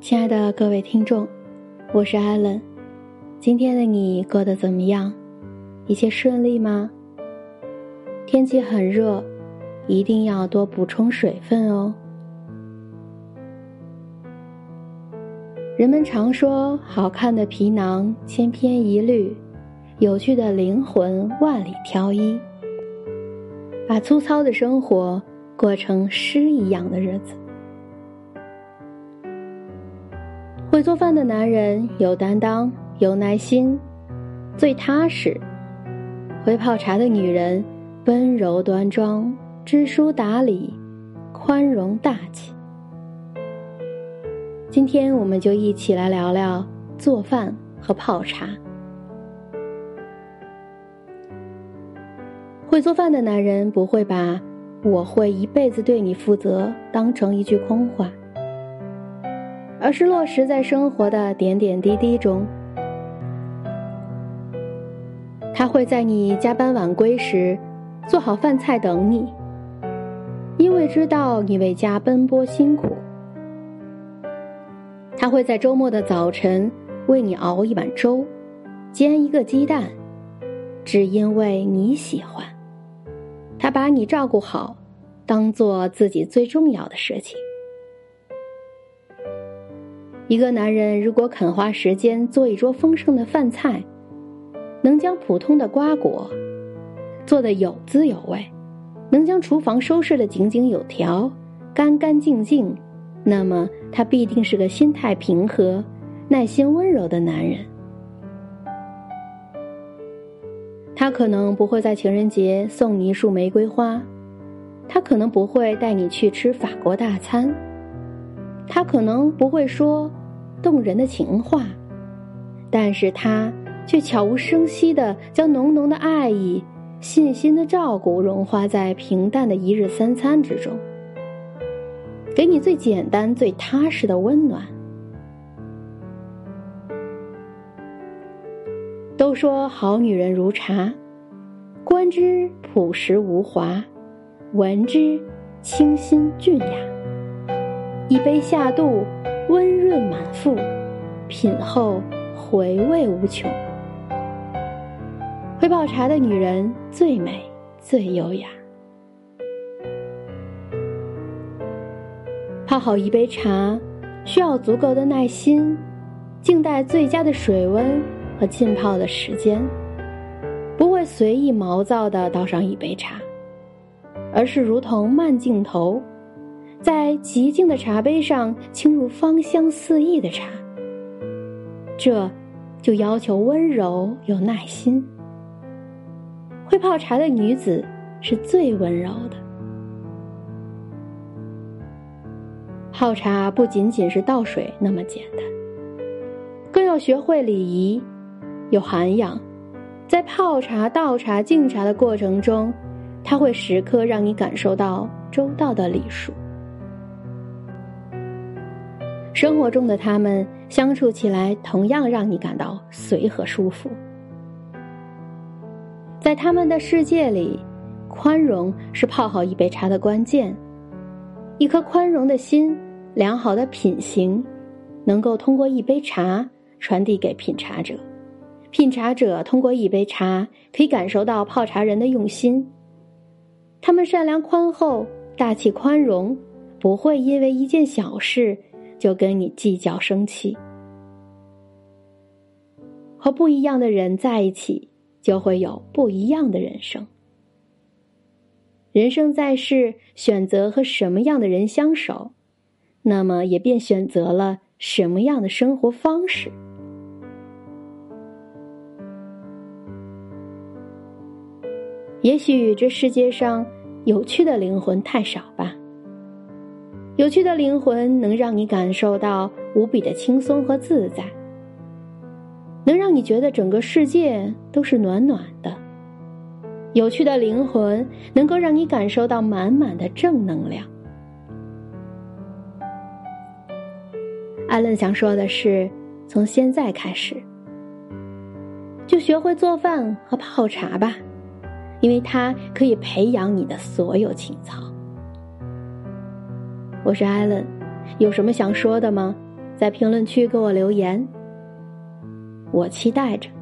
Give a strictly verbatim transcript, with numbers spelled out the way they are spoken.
亲爱的各位听众，我是艾伦。今天的你过得怎么样？一切顺利吗？天气很热，一定要多补充水分哦。人们常说，好看的皮囊千篇一律，有趣的灵魂万里挑一。把粗糙的生活过成诗一样的日子。会做饭的男人有担当，有耐心，最踏实。会泡茶的女人温柔端庄，知书达理，宽容大气。今天我们就一起来聊聊做饭和泡茶。会做饭的男人不会把我会一辈子对你负责当成一句空话，而是落实在生活的点点滴滴中。他会在你加班晚归时做好饭菜等你，因为知道你为家奔波辛苦。他会在周末的早晨为你熬一碗粥，煎一个鸡蛋，只因为你喜欢。他把你照顾好，当做自己最重要的事情。一个男人如果肯花时间做一桌丰盛的饭菜，能将普通的瓜果做得有滋有味，能将厨房收拾得井井有条，干干净净，那么他必定是个心态平和、耐心温柔的男人。他可能不会在情人节送你一束玫瑰花，他可能不会带你去吃法国大餐，他可能不会说动人的情话，但是他却悄无声息地将浓浓的爱意、细心的照顾融化在平淡的一日三餐之中，给你最简单最踏实的温暖。都说好女人如茶，观之朴实无华，闻之清新俊雅。一杯下肚，温润满腹，品后回味无穷。会泡茶的女人最美最优雅。泡好一杯茶需要足够的耐心，静待最佳的水温和浸泡的时间，不会随意毛躁地倒上一杯茶，而是如同慢镜头，在极静的茶杯上倾入芳香四溢的茶。这就要求温柔有耐心。会泡茶的女子是最温柔的。泡茶不仅仅是倒水那么简单，更要学会礼仪，有涵养。在泡茶、倒茶、敬茶的过程中，它会时刻让你感受到周到的礼数。生活中的他们相处起来同样让你感到随和舒服。在他们的世界里，宽容是泡好一杯茶的关键。一颗宽容的心，良好的品行，能够通过一杯茶传递给品茶者，品茶者通过一杯茶可以感受到泡茶人的用心。他们善良宽厚，大气宽容，不会因为一件小事就跟你计较生气。和不一样的人在一起，就会有不一样的人生。人生在世，选择和什么样的人相守，那么也便选择了什么样的生活方式。也许这世界上有趣的灵魂太少吧。有趣的灵魂能让你感受到无比的轻松和自在，能让你觉得整个世界都是暖暖的。有趣的灵魂能够让你感受到满满的正能量。艾伦想说的是，从现在开始，就学会做饭和泡茶吧，因为它可以培养你的所有情操。我是艾伦，有什么想说的吗？ 在评论区给我留言，我期待着。